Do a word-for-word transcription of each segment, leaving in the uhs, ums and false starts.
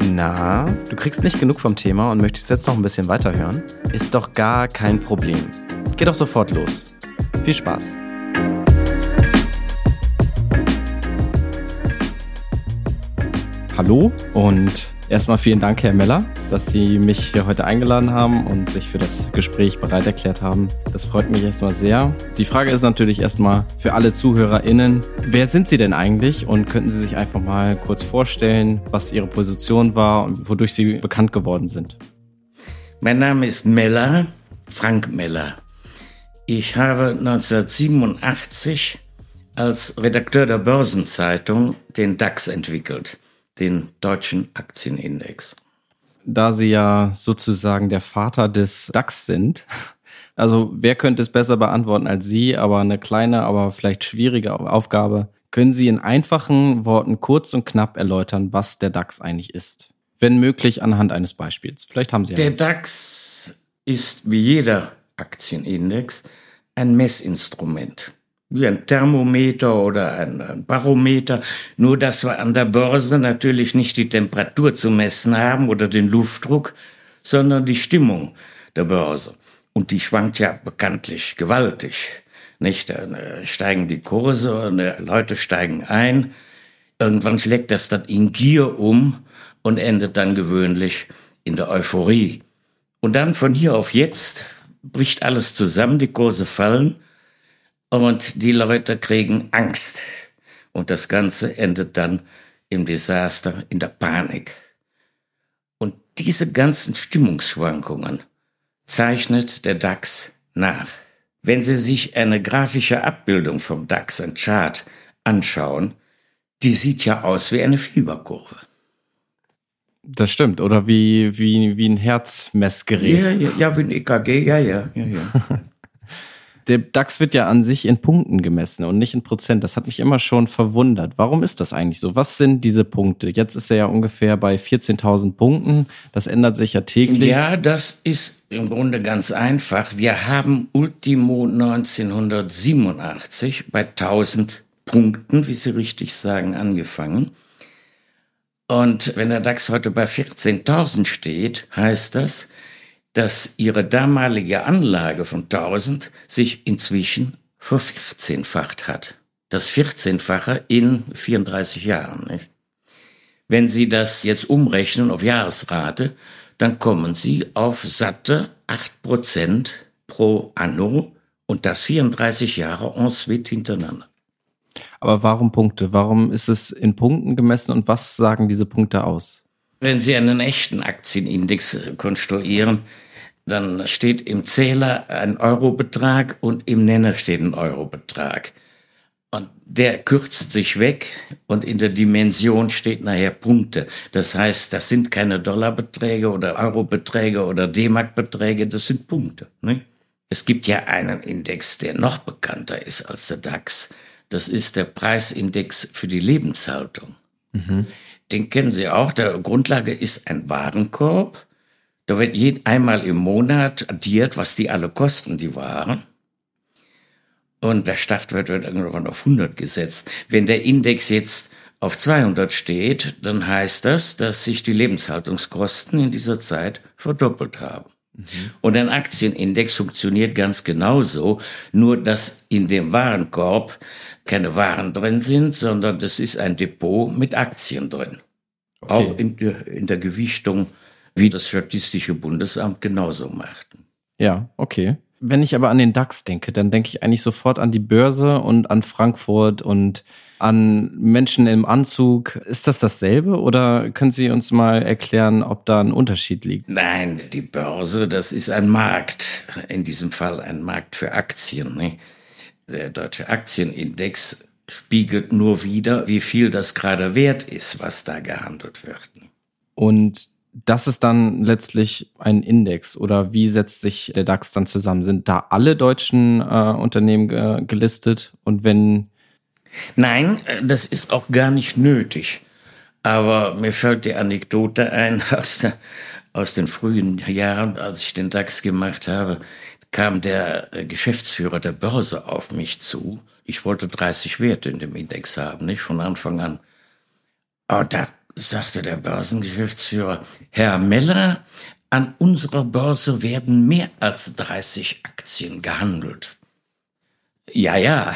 Na, du kriegst nicht genug vom Thema und möchtest jetzt noch ein bisschen weiterhören? Ist doch gar kein Problem. Geh doch sofort los. Viel Spaß. Hallo und erstmal vielen Dank, Herr Meller, dass Sie mich hier heute eingeladen haben und sich für das Gespräch bereit erklärt haben. Das freut mich erstmal sehr. Die Frage ist natürlich erstmal für alle ZuhörerInnen, wer sind Sie denn eigentlich und könnten Sie sich einfach mal kurz vorstellen, was Ihre Position war und wodurch Sie bekannt geworden sind? Mein Name ist Meller, Frank Meller. Ich habe neunzehnhundertsiebenundachtzig als Redakteur der Börsenzeitung den DAX entwickelt, den Deutschen Aktienindex. Da Sie ja sozusagen der Vater des DAX sind, also wer könnte es besser beantworten als Sie, aber eine kleine, aber vielleicht schwierige Aufgabe. Können Sie in einfachen Worten kurz und knapp erläutern, was der DAX eigentlich ist? Wenn möglich anhand eines Beispiels. Vielleicht haben Sie ja Der eins. DAX ist wie jeder Aktienindex ein Messinstrument. Wie ein Thermometer oder ein Barometer, nur dass wir an der Börse natürlich nicht die Temperatur zu messen haben oder den Luftdruck, sondern die Stimmung der Börse. Und die schwankt ja bekanntlich gewaltig. Nicht? Da steigen die Kurse und Leute steigen ein. Irgendwann schlägt das dann in Gier um und endet dann gewöhnlich in der Euphorie. Und dann von hier auf jetzt bricht alles zusammen, die Kurse fallen. Und die Leute kriegen Angst. Und das Ganze endet dann im Desaster, in der Panik. Und diese ganzen Stimmungsschwankungen zeichnet der DAX nach. Wenn Sie sich eine grafische Abbildung vom DAX, ein Chart, anschauen, die sieht ja aus wie eine Fieberkurve. Das stimmt. Oder wie, wie, wie ein Herzmessgerät. Ja, ja, ja, wie ein E K G, ja, ja, ja, ja. Der DAX wird ja an sich in Punkten gemessen und nicht in Prozent. Das hat mich immer schon verwundert. Warum ist das eigentlich so? Was sind diese Punkte? Jetzt ist er ja ungefähr bei vierzehntausend Punkten. Das ändert sich ja täglich. Ja, das ist im Grunde ganz einfach. Wir haben Ultimo neunzehnhundertsiebenundachtzig bei tausend Punkten, wie Sie richtig sagen, angefangen. Und wenn der DAX heute bei vierzehntausend steht, heißt das, dass ihre damalige Anlage von tausend sich inzwischen vervierzehnfacht hat. Das vierzehnfache in vierunddreißig Jahren. Nicht? Wenn Sie das jetzt umrechnen auf Jahresrate, dann kommen Sie auf satte acht Prozent pro anno und das vierunddreißig Jahre en suite hintereinander. Aber warum Punkte? Warum ist es in Punkten gemessen und was sagen diese Punkte aus? Wenn Sie einen echten Aktienindex konstruieren, dann steht im Zähler ein Eurobetrag und im Nenner steht ein Eurobetrag. Und der kürzt sich weg und in der Dimension steht nachher Punkte. Das heißt, das sind keine Dollarbeträge oder Eurobeträge oder D-Mark-Beträge, das sind Punkte. Ne? Es gibt ja einen Index, der noch bekannter ist als der DAX. Das ist der Preisindex für die Lebenshaltung. Mhm. Den kennen Sie auch. Der Grundlage ist ein Warenkorb. Da wird jeden, einmal im Monat addiert, was die alle kosten, die Waren. Und der Startwert wird irgendwann auf hundert gesetzt. Wenn der Index jetzt auf zweihundert steht, dann heißt das, dass sich die Lebenshaltungskosten in dieser Zeit verdoppelt haben. Mhm. Und ein Aktienindex funktioniert ganz genauso, nur dass in dem Warenkorb keine Waren drin sind, sondern das ist ein Depot mit Aktien drin. Okay. Auch in der, in der Gewichtung, wie das Statistische Bundesamt genauso macht. Ja, okay. Wenn ich aber an den DAX denke, dann denke ich eigentlich sofort an die Börse und an Frankfurt und an Menschen im Anzug. Ist das dasselbe oder können Sie uns mal erklären, ob da ein Unterschied liegt? Nein, die Börse, das ist ein Markt. In diesem Fall ein Markt für Aktien. Ne? Der Deutsche Aktienindex spiegelt nur wider, wie viel das gerade wert ist, was da gehandelt wird. Und das ist dann letztlich ein Index oder wie setzt sich der DAX dann zusammen? Sind da alle deutschen äh, Unternehmen äh, gelistet und wenn... Nein, das ist auch gar nicht nötig. Aber mir fällt die Anekdote ein aus, der, aus den frühen Jahren, als ich den DAX gemacht habe, kam der Geschäftsführer der Börse auf mich zu. Ich wollte dreißig Werte in dem Index haben, nicht von Anfang an. Aber da sagte der Börsengeschäftsführer, Herr Meller, an unserer Börse werden mehr als dreißig Aktien gehandelt. Ja, ja,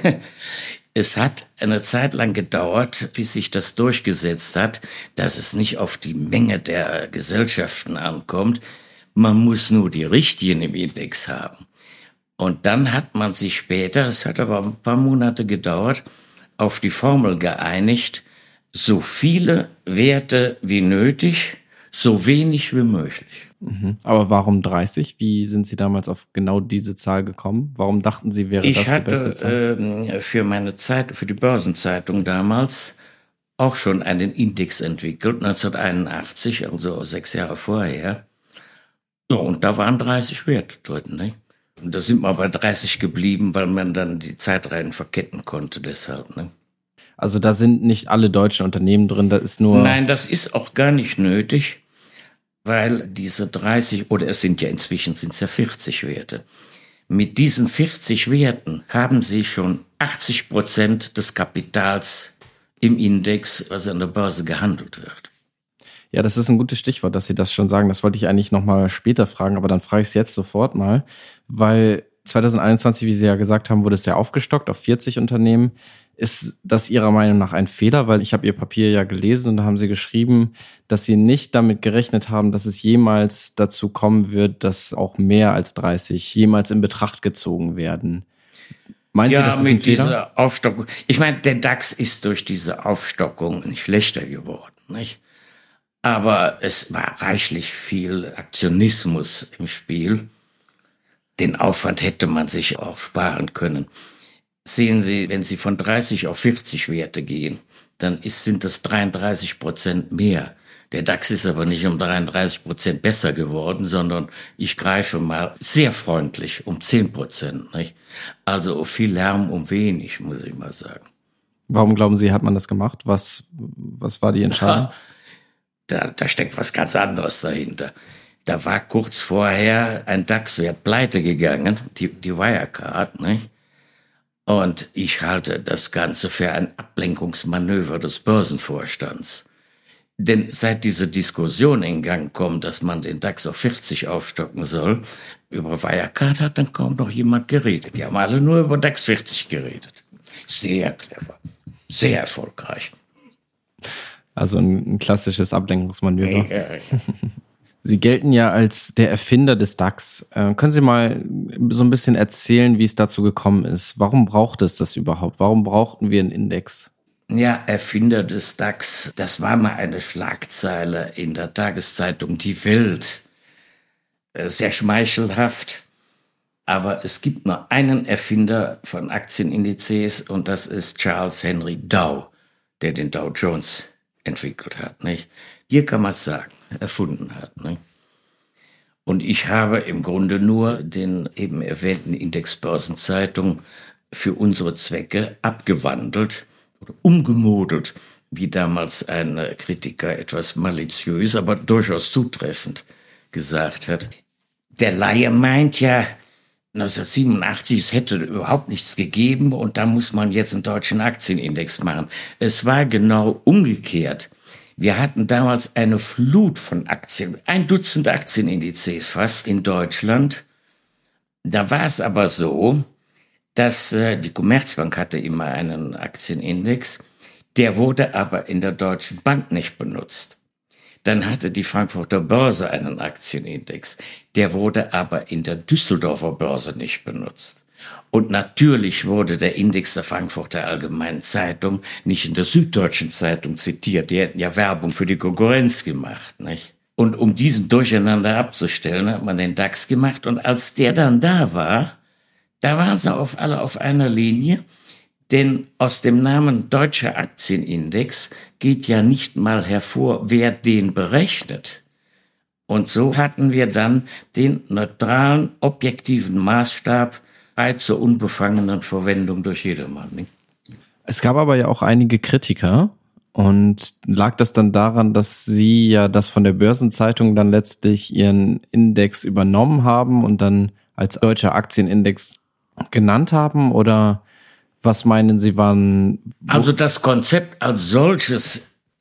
es hat eine Zeit lang gedauert, bis sich das durchgesetzt hat, dass es nicht auf die Menge der Gesellschaften ankommt. Man muss nur die richtigen im Index haben. Und dann hat man sich später, das hat aber ein paar Monate gedauert, auf die Formel geeinigt, so viele Werte wie nötig, so wenig wie möglich. Mhm. Aber warum dreißig? Wie sind Sie damals auf genau diese Zahl gekommen? Warum dachten Sie, wäre ich das hatte, die beste Zahl? Äh, für meine Zeit, für die Börsenzeitung damals auch schon einen Index entwickelt, neunzehnhunderteinundachtzig, also sechs Jahre vorher. Ja, und da waren dreißig Werte drin, ne? Und da sind wir bei dreißig geblieben, weil man dann die Zeitreihen verketten konnte, deshalb, ne? Also da sind nicht alle deutschen Unternehmen drin, da ist nur... Nein, das ist auch gar nicht nötig, weil diese dreißig, oder es sind ja inzwischen sind es ja vierzig Werte. Mit diesen vierzig Werten haben Sie schon achtzig Prozent des Kapitals im Index, was an der Börse gehandelt wird. Ja, das ist ein gutes Stichwort, dass Sie das schon sagen. Das wollte ich eigentlich noch mal später fragen, aber dann frage ich es jetzt sofort mal, weil zwanzig einundzwanzig, wie Sie ja gesagt haben, wurde es ja aufgestockt auf vierzig Unternehmen. Ist das Ihrer Meinung nach ein Fehler? Weil ich habe Ihr Papier ja gelesen und da haben Sie geschrieben, dass Sie nicht damit gerechnet haben, dass es jemals dazu kommen wird, dass auch mehr als dreißig jemals in Betracht gezogen werden. Meinen ja, Sie, das ist mit ein Fehler? dieser Aufstockung. Ich meine, der DAX ist durch diese Aufstockung nicht schlechter geworden, nicht? Aber es war reichlich viel Aktionismus im Spiel. Den Aufwand hätte man sich auch sparen können. Sehen Sie, wenn Sie von dreißig auf vierzig Werte gehen, dann ist, sind das dreiunddreißig Prozent mehr. Der DAX ist aber nicht um dreiunddreißig Prozent besser geworden, sondern ich greife mal sehr freundlich um zehn Prozent. Nicht? Also viel Lärm um wenig, muss ich mal sagen. Warum glauben Sie, hat man das gemacht? Was, was war die Entscheidung? Da, da steckt was ganz anderes dahinter. Da war kurz vorher ein DAX-Wert pleite gegangen, die, die Wirecard, nicht? Und ich halte das Ganze für ein Ablenkungsmanöver des Börsenvorstands. Denn seit diese Diskussion in Gang kommt, dass man den DAX auf vierzig aufstocken soll, über Wirecard hat dann kaum noch jemand geredet. Die haben alle nur über DAX vierzig geredet. Sehr clever, sehr erfolgreich. Also ein, ein klassisches Ablenkungsmanöver. Ja, ja. Sie gelten ja als der Erfinder des DAX. Äh, können Sie mal so ein bisschen erzählen, wie es dazu gekommen ist? Warum braucht es das überhaupt? Warum brauchten wir einen Index? Ja, Erfinder des DAX, das war mal eine Schlagzeile in der Tageszeitung Die Welt. Äh, sehr schmeichelhaft. Aber es gibt nur einen Erfinder von Aktienindizes und das ist Charles Henry Dow, der den Dow Jones entwickelt hat, nicht? Hier kann man es sagen, erfunden hat, nicht? Und ich habe im Grunde nur den eben erwähnten Index Börsenzeitung für unsere Zwecke abgewandelt oder umgemodelt, wie damals ein Kritiker etwas maliziös, aber durchaus zutreffend gesagt hat. Der Laie meint ja, neunzehnhundertsiebenundachtzig, es hätte überhaupt nichts gegeben und da muss man jetzt einen deutschen Aktienindex machen. Es war genau umgekehrt. Wir hatten damals eine Flut von Aktien, ein Dutzend Aktienindizes fast in Deutschland. Da war es aber so, dass äh, die Commerzbank hatte immer einen Aktienindex, der wurde aber in der Deutschen Bank nicht benutzt. Dann hatte die Frankfurter Börse einen Aktienindex, der wurde aber in der Düsseldorfer Börse nicht benutzt. Und natürlich wurde der Index der Frankfurter Allgemeinen Zeitung nicht in der Süddeutschen Zeitung zitiert. Die hätten ja Werbung für die Konkurrenz gemacht, nicht? Und um diesen Durcheinander abzustellen, hat man den DAX gemacht. Und als der dann da war, da waren sie auf alle auf einer Linie. Denn aus dem Namen Deutscher Aktienindex geht ja nicht mal hervor, wer den berechnet. Und so hatten wir dann den neutralen, objektiven Maßstab frei zur unbefangenen Verwendung durch jedermann. Nicht? Es gab aber ja auch einige Kritiker. Und lag das dann daran, dass Sie ja das von der Börsenzeitung dann letztlich Ihren Index übernommen haben und dann als Deutscher Aktienindex genannt haben? Oder was meinen Sie, waren... Also das Konzept als solches ist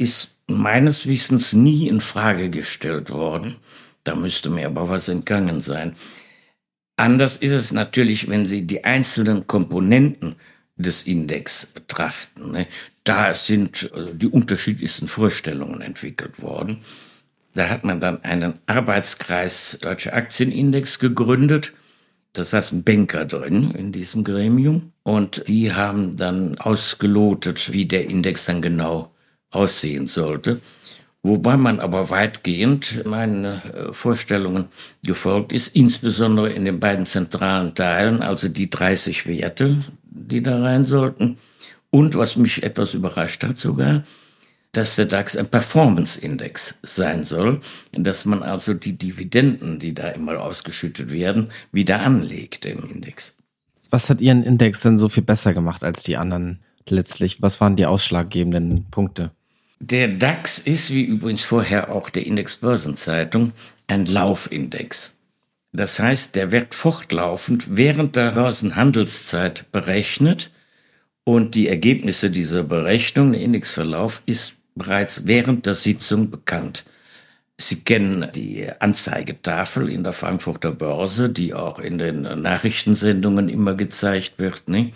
meines Wissens nie in Frage gestellt worden. Da müsste mir aber was entgangen sein. Anders ist es natürlich, wenn Sie die einzelnen Komponenten des Index betrachten. Ne? Da sind die unterschiedlichsten Vorstellungen entwickelt worden. Da hat man dann einen Arbeitskreis Deutscher Aktienindex gegründet. Das heißt, ein Banker drin in diesem Gremium. Und die haben dann ausgelotet, wie der Index dann genau aussehen sollte. Wobei man aber weitgehend meinen Vorstellungen gefolgt ist, insbesondere in den beiden zentralen Teilen, also die dreißig Werte, die da rein sollten. Und was mich etwas überrascht hat sogar, dass der DAX ein Performance-Index sein soll, dass man also die Dividenden, die da immer ausgeschüttet werden, wieder anlegt im Index. Was hat Ihren Index denn so viel besser gemacht als die anderen letztlich? Was waren die ausschlaggebenden Punkte? Der DAX ist, wie übrigens vorher auch der Index Börsenzeitung, ein Laufindex. Das heißt, der wird fortlaufend während der Börsenhandelszeit berechnet und die Ergebnisse dieser Berechnung, der Indexverlauf, ist bereits während der Sitzung bekannt. Sie kennen die Anzeigetafel in der Frankfurter Börse, die auch in den Nachrichtensendungen immer gezeigt wird, ne?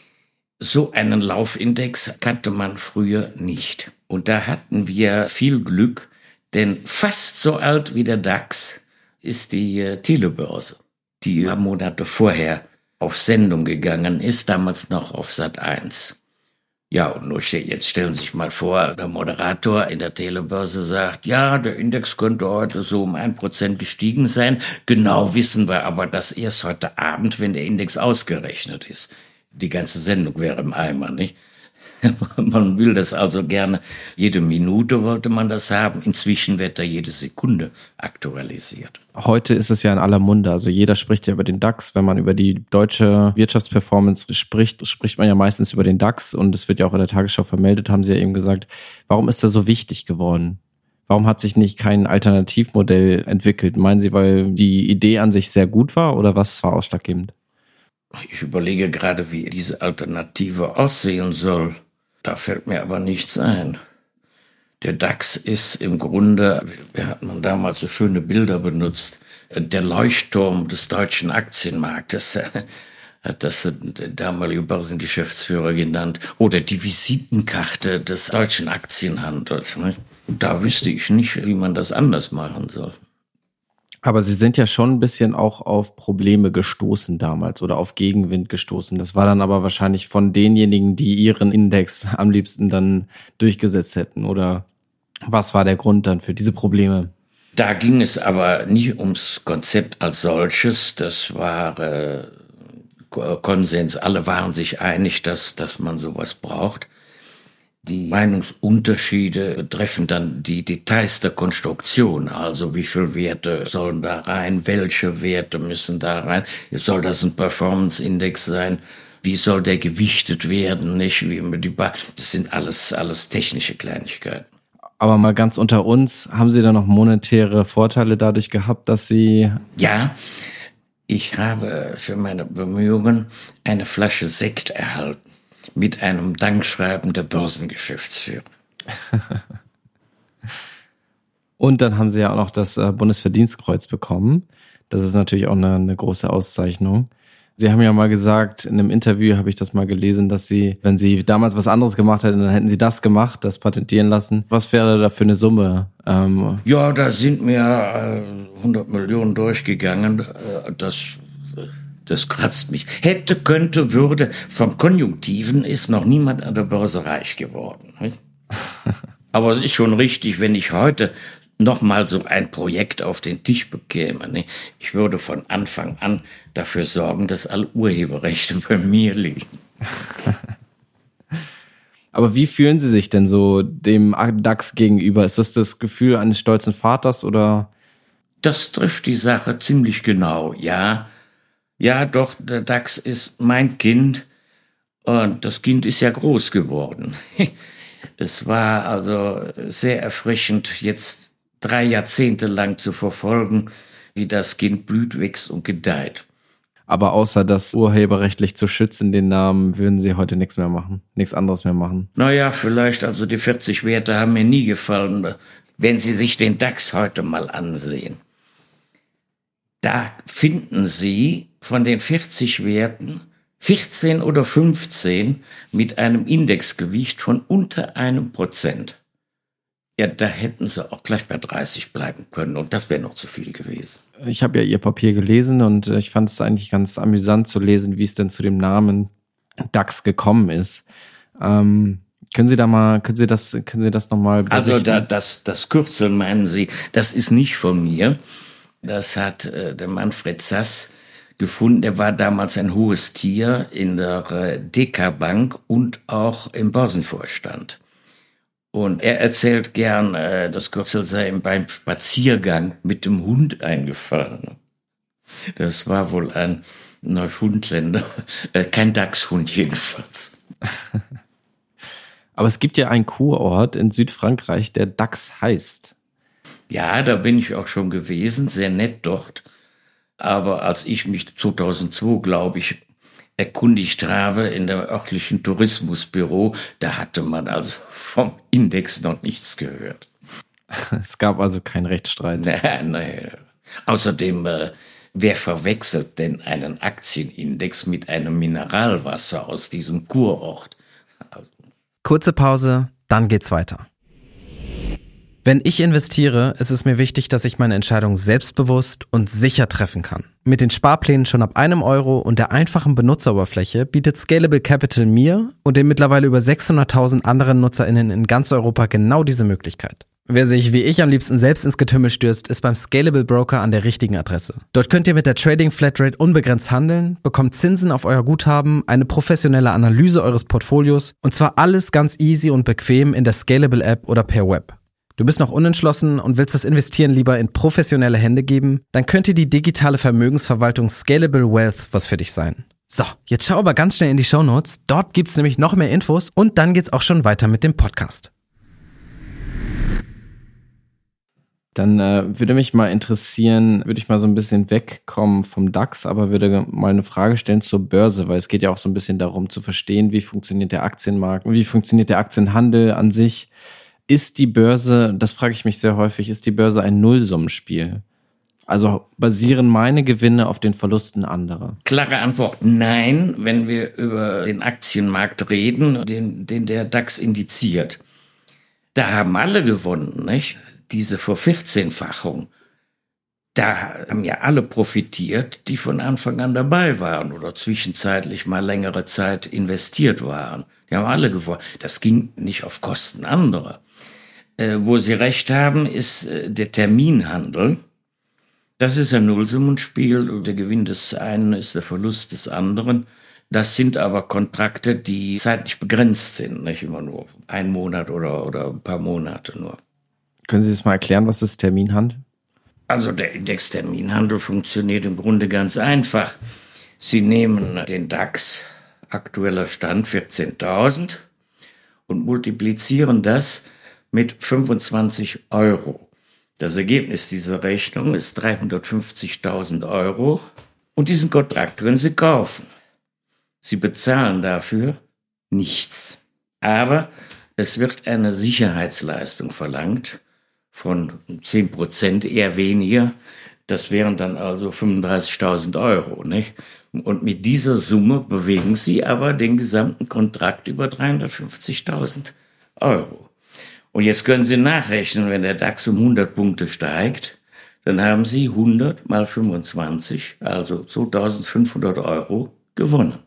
So einen Laufindex kannte man früher nicht. Und da hatten wir viel Glück, denn fast so alt wie der DAX ist die äh, Telebörse, die ein paar Monate vorher auf Sendung gegangen ist, damals noch auf Sat eins. Ja, und nur jetzt stellen Sie sich mal vor, der Moderator in der Telebörse sagt, ja, der Index könnte heute so um ein Prozent gestiegen sein. Genau wissen wir aber das erst heute Abend, wenn der Index ausgerechnet ist. Die ganze Sendung wäre im Eimer, nicht? Man will das also gerne, jede Minute wollte man das haben. Inzwischen wird da jede Sekunde aktualisiert. Heute ist es ja in aller Munde. Also jeder spricht ja über den DAX. Wenn man über die deutsche Wirtschaftsperformance spricht, spricht man ja meistens über den DAX. Und es wird ja auch in der Tagesschau vermeldet, haben Sie ja eben gesagt. Warum ist er so wichtig geworden? Warum hat sich nicht kein Alternativmodell entwickelt? Meinen Sie, weil die Idee an sich sehr gut war oder was war ausschlaggebend? Ich überlege gerade, wie diese Alternative aussehen soll. Da fällt mir aber nichts ein. Der DAX ist im Grunde, wie hat man damals so schöne Bilder benutzt, der Leuchtturm des deutschen Aktienmarktes, hat das der damalige Börsengeschäftsführer genannt, oder die Visitenkarte des deutschen Aktienhandels. Da wüsste ich nicht, wie man das anders machen soll. Aber Sie sind ja schon ein bisschen auch auf Probleme gestoßen damals oder auf Gegenwind gestoßen. Das war dann aber wahrscheinlich von denjenigen, die Ihren Index am liebsten dann durchgesetzt hätten. Oder was war der Grund dann für diese Probleme? Da ging es aber nicht ums Konzept als solches. Das war äh, Konsens. Alle waren sich einig, dass, dass man sowas braucht. Die Meinungsunterschiede betreffen dann die Details der Konstruktion, also wie viele Werte sollen da rein, welche Werte müssen da rein, soll das ein Performance-Index sein, wie soll der gewichtet werden, nicht? Wie immer die ba- das sind alles, alles technische Kleinigkeiten. Aber mal ganz unter uns, haben Sie da noch monetäre Vorteile dadurch gehabt, dass Sie... Ja, ich habe für meine Bemühungen eine Flasche Sekt erhalten. Mit einem Dankschreiben der Börsengeschäftsführer. Und dann haben Sie ja auch noch das Bundesverdienstkreuz bekommen. Das ist natürlich auch eine, eine große Auszeichnung. Sie haben ja mal gesagt, in einem Interview habe ich das mal gelesen, dass Sie, wenn Sie damals was anderes gemacht hätten, dann hätten Sie das gemacht, das patentieren lassen. Was wäre da für eine Summe? Ähm ja, da sind mir äh, hundert Millionen durchgegangen. Äh, das... Das kratzt mich. Hätte, könnte, würde. Vom Konjunktiven ist noch niemand an der Börse reich geworden. Aber es ist schon richtig, wenn ich heute noch mal so ein Projekt auf den Tisch bekäme. Ich würde von Anfang an dafür sorgen, dass alle Urheberrechte bei mir liegen. Aber wie fühlen Sie sich denn so dem DAX gegenüber? Ist das das Gefühl eines stolzen Vaters oder? Das trifft die Sache ziemlich genau, ja. Ja, doch, der DAX ist mein Kind und das Kind ist ja groß geworden. Es war also sehr erfrischend, jetzt drei Jahrzehnte lang zu verfolgen, wie das Kind blüht, wächst und gedeiht. Aber außer das urheberrechtlich zu schützen, den Namen, würden Sie heute nichts mehr machen, nichts anderes mehr machen. Naja, vielleicht, also die vierzig Werte haben mir nie gefallen. Wenn Sie sich den DAX heute mal ansehen, da finden Sie von den vierzig Werten vierzehn oder fünfzehn mit einem Indexgewicht von unter einem Prozent. Ja, da hätten sie auch gleich bei dreißig bleiben können und das wäre noch zu viel gewesen. Ich habe ja Ihr Papier gelesen und ich fand es eigentlich ganz amüsant zu lesen, wie es denn zu dem Namen DAX gekommen ist. Ähm, können Sie da mal, können Sie das, können Sie das nochmal berichten? Also da, das, das Kürzel meinen Sie, das ist nicht von mir. Das hat äh, der Manfred Sass gefunden. Der war damals ein hohes Tier in der äh, D K Bank und auch im Börsenvorstand. Und er erzählt gern, äh, das Kürzel sei ihm beim Spaziergang mit dem Hund eingefallen. Das war wohl ein Neufundländer, äh, kein Dachshund jedenfalls. Aber es gibt ja einen Kurort in Südfrankreich, der Dax heißt. Ja, da bin ich auch schon gewesen, sehr nett dort. Aber als ich mich zweitausendzwei, glaube ich, erkundigt habe in der örtlichen Tourismusbüro, da hatte man also vom Index noch nichts gehört. Es gab also keinen Rechtsstreit. Nein, nein. Außerdem, äh, wer verwechselt denn einen Aktienindex mit einem Mineralwasser aus diesem Kurort? Also. Kurze Pause, dann geht's weiter. Wenn ich investiere, ist es mir wichtig, dass ich meine Entscheidung selbstbewusst und sicher treffen kann. Mit den Sparplänen schon ab einem Euro und der einfachen Benutzeroberfläche bietet Scalable Capital mir und den mittlerweile über sechshunderttausend anderen NutzerInnen in ganz Europa genau diese Möglichkeit. Wer sich wie ich am liebsten selbst ins Getümmel stürzt, ist beim Scalable Broker an der richtigen Adresse. Dort könnt ihr mit der Trading Flatrate unbegrenzt handeln, bekommt Zinsen auf euer Guthaben, eine professionelle Analyse eures Portfolios und zwar alles ganz easy und bequem in der Scalable App oder per Web. Du bist noch unentschlossen und willst das Investieren lieber in professionelle Hände geben? Dann könnte die digitale Vermögensverwaltung Scalable Wealth was für dich sein. So, jetzt schau aber ganz schnell in die Shownotes. Dort gibt's nämlich noch mehr Infos und dann geht's auch schon weiter mit dem Podcast. Dann äh, würde mich mal interessieren, würde ich mal so ein bisschen wegkommen vom DAX, aber würde mal eine Frage stellen zur Börse, weil es geht ja auch so ein bisschen darum zu verstehen, wie funktioniert der Aktienmarkt, wie funktioniert der Aktienhandel an sich. Ist die Börse, das frage ich mich sehr häufig, ist die Börse ein Nullsummenspiel? Also basieren meine Gewinne auf den Verlusten anderer? Klare Antwort, nein, wenn wir über den Aktienmarkt reden, den, den der DAX indiziert. Da haben alle gewonnen, nicht? Diese Vervierzehnfachung. Da haben ja alle profitiert, die von Anfang an dabei waren oder zwischenzeitlich mal längere Zeit investiert waren. Die haben alle gewonnen. Das ging nicht auf Kosten anderer. Äh, wo Sie recht haben, ist äh, der Terminhandel. Das ist ein Nullsummenspiel. Der Gewinn des einen ist der Verlust des anderen. Das sind aber Kontrakte, die zeitlich begrenzt sind. Nicht immer nur ein Monat oder, oder ein paar Monate nur. Können Sie das mal erklären, was ist Terminhandel? Also der Indexterminhandel funktioniert im Grunde ganz einfach. Sie nehmen den DAX, aktueller Stand vierzehntausend, und multiplizieren das mit fünfundzwanzig Euro. Das Ergebnis dieser Rechnung ist dreihundertfünfzigtausend Euro und diesen Kontrakt können Sie kaufen. Sie bezahlen dafür nichts. Aber es wird eine Sicherheitsleistung verlangt von zehn Prozent, eher weniger. Das wären dann also fünfunddreißigtausend Euro, nicht? Und mit dieser Summe bewegen Sie aber den gesamten Kontrakt über dreihundertfünfzigtausend Euro. Und jetzt können Sie nachrechnen, wenn der DAX um hundert Punkte steigt, dann haben Sie hundert mal fünfundzwanzig, also zweitausendfünfhundert Euro gewonnen.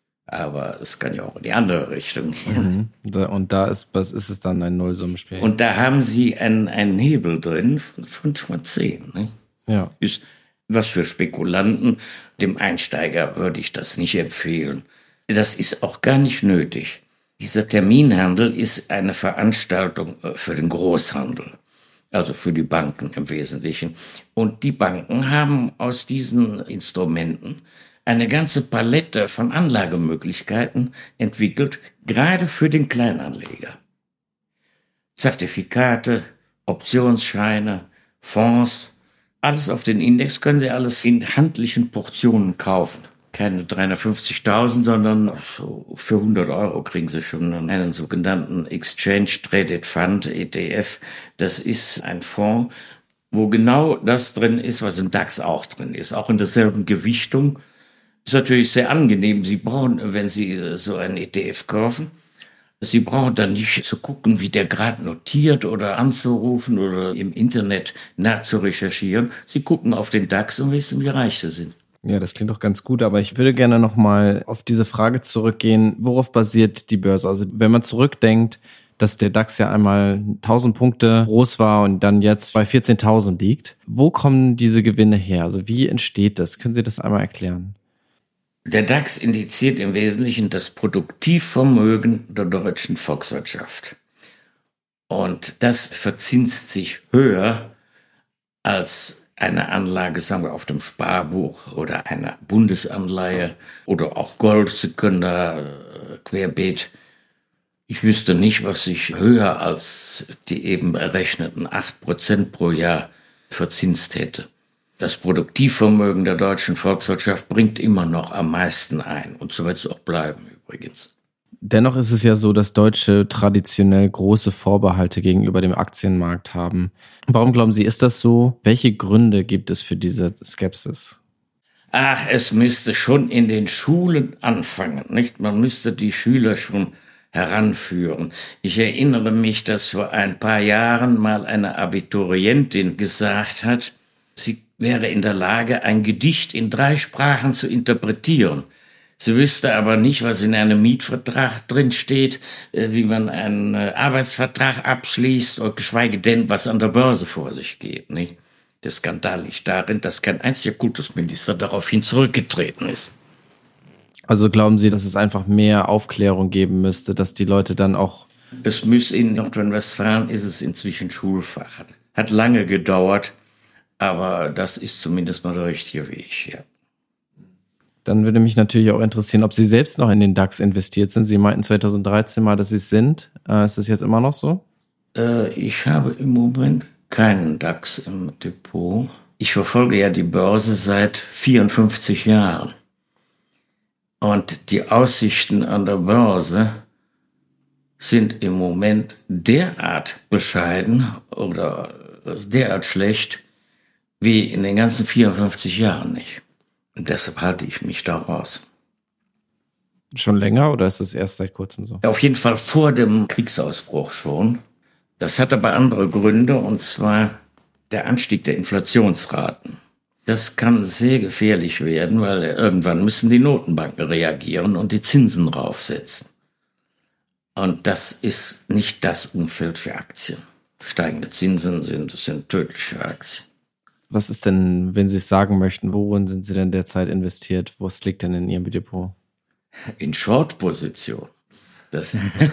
Aber es kann ja auch in die andere Richtung gehen. Mhm. Und da ist, was ist es dann, ein Nullsummenspiel? Und da haben Sie einen, einen Hebel drin von, von, von zehn. Ne? Ja. Ist was für Spekulanten. Dem Einsteiger würde ich das nicht empfehlen. Das ist auch gar nicht nötig. Dieser Terminhandel ist eine Veranstaltung für den Großhandel, also für die Banken im Wesentlichen. Und die Banken haben aus diesen Instrumenten eine ganze Palette von Anlagemöglichkeiten entwickelt, gerade für den Kleinanleger. Zertifikate, Optionsscheine, Fonds, Alles auf den Index können Sie alles in handlichen Portionen kaufen. Keine dreihundertfünfzigtausend, sondern für hundert Euro kriegen Sie schon einen sogenannten Exchange Traded Fund, E T F. Das ist ein Fonds, wo genau das drin ist, was im DAX auch drin ist, auch in derselben Gewichtung. Ist natürlich sehr angenehm. Sie brauchen, wenn Sie so einen E T F kaufen, Sie brauchen dann nicht zu gucken, wie der gerade notiert oder anzurufen oder im Internet nachzurecherchieren. Sie gucken auf den DAX und wissen, wie reich Sie sind. Ja, das klingt doch ganz gut, aber ich würde gerne nochmal auf diese Frage zurückgehen, worauf basiert die Börse? Also wenn man zurückdenkt, dass der DAX ja einmal tausend Punkte groß war und dann jetzt bei vierzehntausend liegt, wo kommen diese Gewinne her? Also wie entsteht das? Können Sie das einmal erklären? Der DAX indiziert im Wesentlichen das Produktivvermögen der deutschen Volkswirtschaft. Und das verzinst sich höher als eine Anlage, sagen wir, auf dem Sparbuch oder eine Bundesanleihe oder auch Gold. Sie können da querbeet. Ich wüsste nicht, was sich höher als die eben errechneten acht Prozent pro Jahr verzinst hätte. Das Produktivvermögen der deutschen Volkswirtschaft bringt immer noch am meisten ein. Und so wird es auch bleiben übrigens. Dennoch ist es ja so, dass Deutsche traditionell große Vorbehalte gegenüber dem Aktienmarkt haben. Warum glauben Sie, ist das so? Welche Gründe gibt es für diese Skepsis? Ach, es müsste schon in den Schulen anfangen, nicht? Man müsste die Schüler schon heranführen. Ich erinnere mich, dass vor ein paar Jahren mal eine Abiturientin gesagt hat, sie wäre in der Lage, ein Gedicht in drei Sprachen zu interpretieren. Sie wüsste aber nicht, was in einem Mietvertrag drin steht, wie man einen Arbeitsvertrag abschließt und geschweige denn, was an der Börse vor sich geht, nicht? Der Skandal liegt darin, dass kein einziger Kultusminister daraufhin zurückgetreten ist. Also glauben Sie, dass es einfach mehr Aufklärung geben müsste, dass die Leute dann auch... Es muss in Nordrhein-Westfalen ist es inzwischen Schulfach. Hat lange gedauert, aber das ist zumindest mal der richtige Weg, ja. Dann würde mich natürlich auch interessieren, ob Sie selbst noch in den DAX investiert sind. Sie meinten zweitausenddreizehn mal, dass Sie es sind. Äh, ist das jetzt immer noch so? Äh, ich habe im Moment keinen DAX im Depot. Ich verfolge ja die Börse seit vierundfünfzig Jahren. Und die Aussichten an der Börse sind im Moment derart bescheiden oder derart schlecht wie in den ganzen vierundfünfzig Jahren nicht. Und deshalb halte ich mich da raus. Schon länger oder ist es erst seit kurzem so? Auf jeden Fall vor dem Kriegsausbruch schon. Das hat aber andere Gründe, und zwar der Anstieg der Inflationsraten. Das kann sehr gefährlich werden, weil irgendwann müssen die Notenbanken reagieren und die Zinsen raufsetzen. Und das ist nicht das Umfeld für Aktien. Steigende Zinsen sind, sind tödlich für Aktien. Was ist denn, wenn Sie es sagen möchten, worin sind Sie denn derzeit investiert? Was liegt denn in Ihrem Depot? In Short-Position. Das,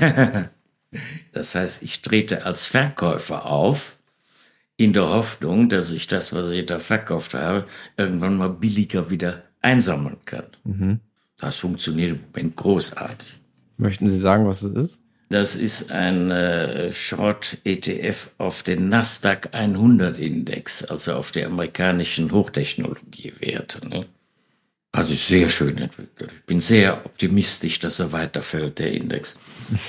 das heißt, ich trete als Verkäufer auf, in der Hoffnung, dass ich das, was ich da verkauft habe, irgendwann mal billiger wieder einsammeln kann. Mhm. Das funktioniert im Moment großartig. Möchten Sie sagen, was es ist? Das ist ein äh, Short-E T F auf den Nasdaq hundert Index, also auf die amerikanischen Hochtechnologiewerte. Ne? Also sehr schön entwickelt. Ich bin sehr optimistisch, dass er weiterfällt, der Index.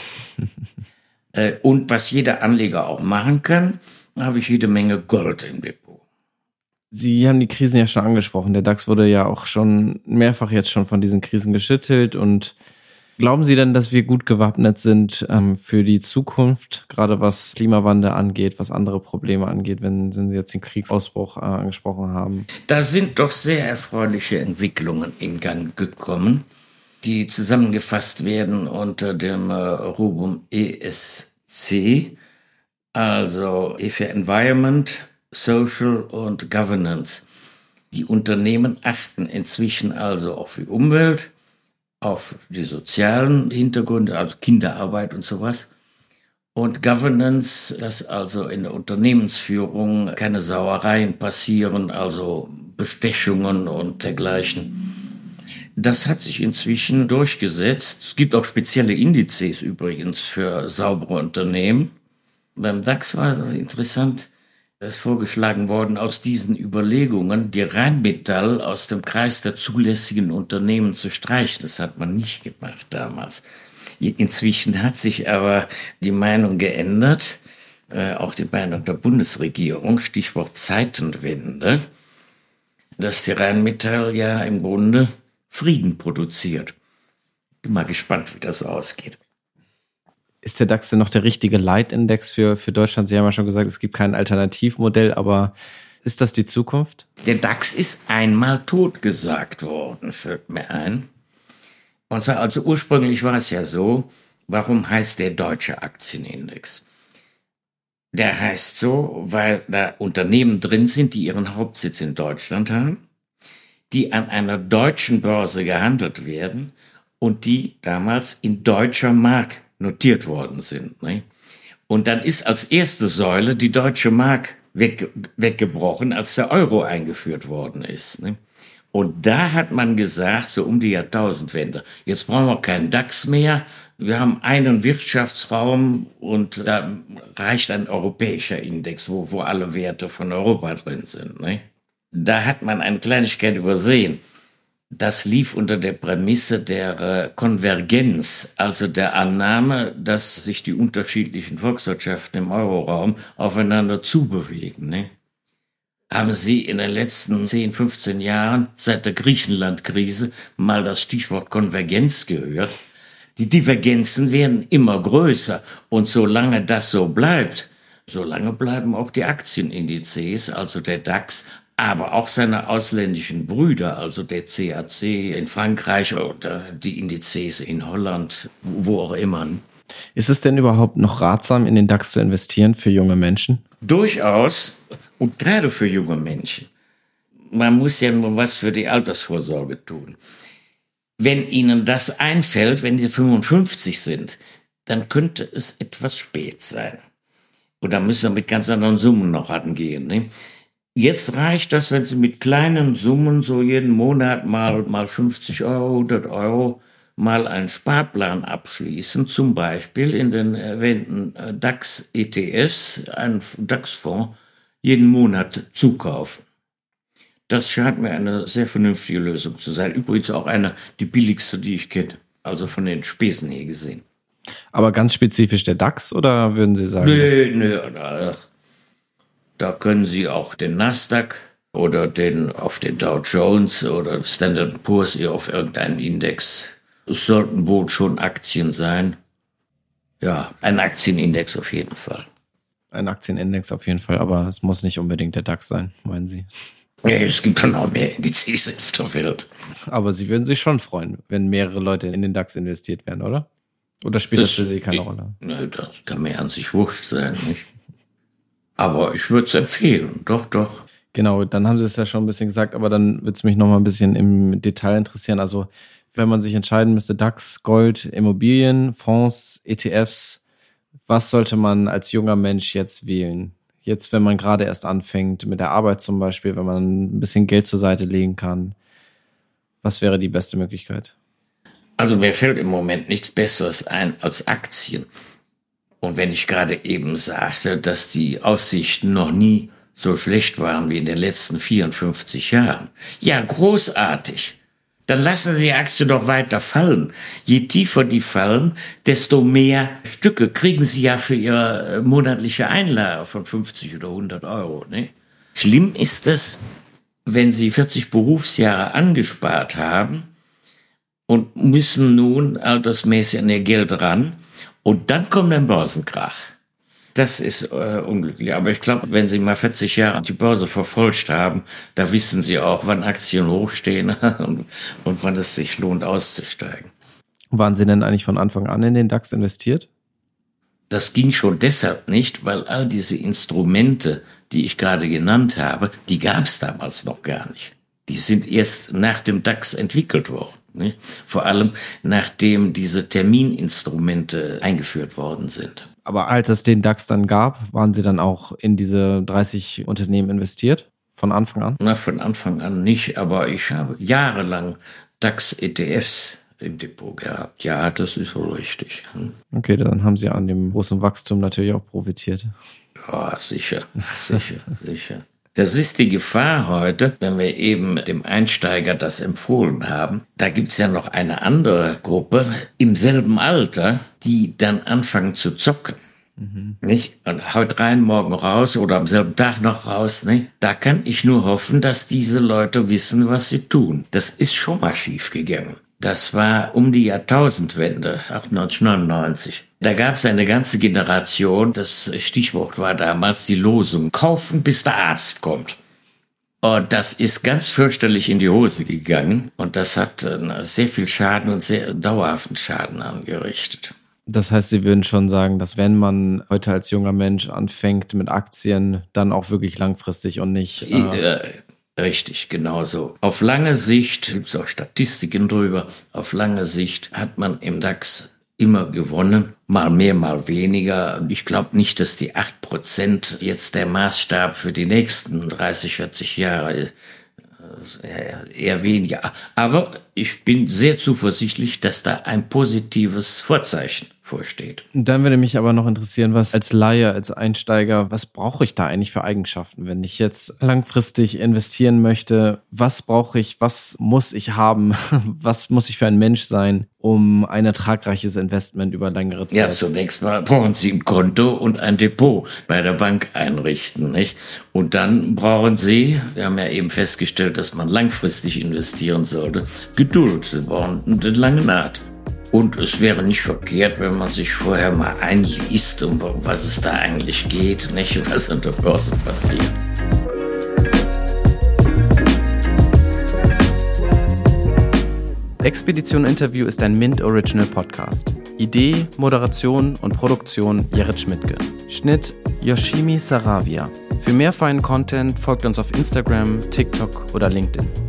äh, und was jeder Anleger auch machen kann, habe ich jede Menge Gold im Depot. Sie haben die Krisen ja schon angesprochen. Der DAX wurde ja auch schon mehrfach jetzt schon von diesen Krisen geschüttelt. Und glauben Sie denn, dass wir gut gewappnet sind ähm, für die Zukunft, gerade was Klimawandel angeht, was andere Probleme angeht, wenn, wenn Sie jetzt den Kriegsausbruch äh, angesprochen haben? Da sind doch sehr erfreuliche Entwicklungen in Gang gekommen, die zusammengefasst werden unter dem äh, Rubrum E S C, also E für Environment, Social und Governance. Die Unternehmen achten inzwischen also auf die Umwelt, auf die sozialen Hintergründe, also Kinderarbeit und sowas. Und Governance, dass also in der Unternehmensführung keine Sauereien passieren, also Bestechungen und dergleichen. Das hat sich inzwischen durchgesetzt. Es gibt auch spezielle Indizes übrigens für saubere Unternehmen. Beim DAX war das interessant. Es ist vorgeschlagen worden, aus diesen Überlegungen die Rheinmetall aus dem Kreis der zulässigen Unternehmen zu streichen. Das hat man nicht gemacht damals. Inzwischen hat sich aber die Meinung geändert, äh, auch die Meinung der Bundesregierung, Stichwort Zeitenwende, dass die Rheinmetall ja im Grunde Frieden produziert. Bin mal gespannt, wie das ausgeht. Ist der DAX denn noch der richtige Leitindex für, für Deutschland? Sie haben ja schon gesagt, es gibt kein Alternativmodell, aber ist das die Zukunft? Der DAX ist einmal totgesagt worden, fällt mir ein. Und zwar, also ursprünglich war es ja so, warum heißt der Deutsche Aktienindex? Der heißt so, weil da Unternehmen drin sind, die ihren Hauptsitz in Deutschland haben, die an einer deutschen Börse gehandelt werden und die damals in deutscher Mark notiert worden sind. Ne? Und dann ist als erste Säule die deutsche Mark weg, weggebrochen, als der Euro eingeführt worden ist. Ne? Und da hat man gesagt, so um die Jahrtausendwende, jetzt brauchen wir keinen DAX mehr, wir haben einen Wirtschaftsraum und da reicht ein europäischer Index, wo, wo alle Werte von Europa drin sind. Ne? Da hat man eine Kleinigkeit übersehen. Das lief unter der Prämisse der Konvergenz, also der Annahme, dass sich die unterschiedlichen Volkswirtschaften im Euroraum aufeinander zubewegen. Ne? Haben Sie in den letzten zehn, fünfzehn Jahren seit der Griechenland-Krise mal das Stichwort Konvergenz gehört? Die Divergenzen werden immer größer und solange das so bleibt, solange bleiben auch die Aktienindizes, also der DAX, aber auch seine ausländischen Brüder, also der C A C in Frankreich oder die Indizes in Holland, wo auch immer. Ist es denn überhaupt noch ratsam, in den DAX zu investieren für junge Menschen? Durchaus, und gerade für junge Menschen. Man muss ja nur was für die Altersvorsorge tun. Wenn Ihnen das einfällt, wenn Sie fünfundfünfzig sind, dann könnte es etwas spät sein. Und da müssen wir mit ganz anderen Summen noch angehen, ne? Jetzt reicht das, wenn Sie mit kleinen Summen so jeden Monat mal, mal fünfzig Euro, hundert Euro mal einen Sparplan abschließen, zum Beispiel in den erwähnten DAX-E T Fs, einen DAX-Fonds, jeden Monat zukaufen. Das scheint mir eine sehr vernünftige Lösung zu sein. Übrigens auch eine, die billigste, die ich kenne, also von den Spesen her gesehen. Aber ganz spezifisch der DAX, oder würden Sie sagen? Nö, nö, ach. Da können Sie auch den Nasdaq oder den auf den Dow Jones oder Standard and Poor's auf irgendeinen Index. Es sollten wohl schon Aktien sein. Ja, ein Aktienindex auf jeden Fall. Ein Aktienindex auf jeden Fall, aber es muss nicht unbedingt der DAX sein, meinen Sie? Ja, es gibt dann auch mehr Indizes auf der Welt. Aber Sie würden sich schon freuen, wenn mehrere Leute in den DAX investiert werden, oder? Oder spielt das, das für Sie keine Rolle? Nö, das kann mir an sich wurscht sein, nicht? Aber ich würde es empfehlen, doch, doch. Genau, dann haben Sie es ja schon ein bisschen gesagt, aber dann würde es mich noch mal ein bisschen im Detail interessieren. Also wenn man sich entscheiden müsste, DAX, Gold, Immobilien, Fonds, E T Fs, was sollte man als junger Mensch jetzt wählen? Jetzt, wenn man gerade erst anfängt, mit der Arbeit zum Beispiel, wenn man ein bisschen Geld zur Seite legen kann, was wäre die beste Möglichkeit? Also mir fällt im Moment nichts Besseres ein als Aktien. Und wenn ich gerade eben sagte, dass die Aussichten noch nie so schlecht waren wie in den letzten vierundfünfzig Jahren, ja, großartig. Dann lassen Sie die Aktien doch weiter fallen. Je tiefer die fallen, desto mehr Stücke kriegen Sie ja für Ihre monatliche Einlage von fünfzig oder hundert Euro. Ne? Schlimm ist es, wenn Sie vierzig Berufsjahre angespart haben und müssen nun altersmäßig an Ihr Geld ran. Und dann kommt ein Börsenkrach. Das ist äh, unglücklich. Aber ich glaube, wenn Sie mal vierzig Jahre die Börse verfolgt haben, da wissen Sie auch, wann Aktien hochstehen und, und wann es sich lohnt, auszusteigen. Waren Sie denn eigentlich von Anfang an in den DAX investiert? Das ging schon deshalb nicht, weil all diese Instrumente, die ich gerade genannt habe, die gab es damals noch gar nicht. Die sind erst nach dem DAX entwickelt worden. Nicht? Vor allem, nachdem diese Termininstrumente eingeführt worden sind. Aber als es den DAX dann gab, waren Sie dann auch in diese dreißig Unternehmen investiert? Von Anfang an? Na, von Anfang an nicht, aber ich habe jahrelang DAX-E T Fs im Depot gehabt. Ja, das ist wohl richtig. Hm? Okay, dann haben Sie an dem großen Wachstum natürlich auch profitiert. Ja, sicher, sicher, sicher. Das ist die Gefahr heute, wenn wir eben dem Einsteiger das empfohlen haben. Da gibt's ja noch eine andere Gruppe im selben Alter, die dann anfangen zu zocken. Mhm. Nicht? Und heute rein, morgen raus oder am selben Tag noch raus. Nicht? Da kann ich nur hoffen, dass diese Leute wissen, was sie tun. Das ist schon mal schief gegangen. Das war um die Jahrtausendwende, achtzehnhundertneunundneunzig. Da gab es eine ganze Generation, das Stichwort war damals die Losung, kaufen bis der Arzt kommt. Und das ist ganz fürchterlich in die Hose gegangen und das hat sehr viel Schaden und sehr dauerhaften Schaden angerichtet. Das heißt, Sie würden schon sagen, dass wenn man heute als junger Mensch anfängt mit Aktien, dann auch wirklich langfristig und nicht... Äh Richtig, genau so. Auf lange Sicht, gibt es auch Statistiken drüber, auf lange Sicht hat man im DAX immer gewonnen, mal mehr, mal weniger. Ich glaube nicht, dass die acht Prozent jetzt der Maßstab für die nächsten dreißig, vierzig Jahre ist. Eher weniger. Aber ich bin sehr zuversichtlich, dass da ein positives Vorzeichen vorsteht. Dann würde mich aber noch interessieren, was als Laie, als Einsteiger, was brauche ich da eigentlich für Eigenschaften? Wenn ich jetzt langfristig investieren möchte, was brauche ich, was muss ich haben, was muss ich für ein Mensch sein, um ein ertragreiches Investment über längere Zeit? Ja, zunächst mal brauchen Sie ein Konto und ein Depot bei der Bank einrichten, nicht? Und dann brauchen Sie, wir haben ja eben festgestellt, dass man langfristig investieren sollte, Geduld. Sie brauchen eine lange Naht. Und es wäre nicht verkehrt, wenn man sich vorher mal einliest, um was es da eigentlich geht, nicht, was an der Börse passiert. Expedition Interview ist ein Mint Original Podcast. Idee, Moderation und Produktion Gerrit Schmidtke. Schnitt Yoshimi Saravia. Für mehr feinen Content folgt uns auf Instagram, TikTok oder LinkedIn.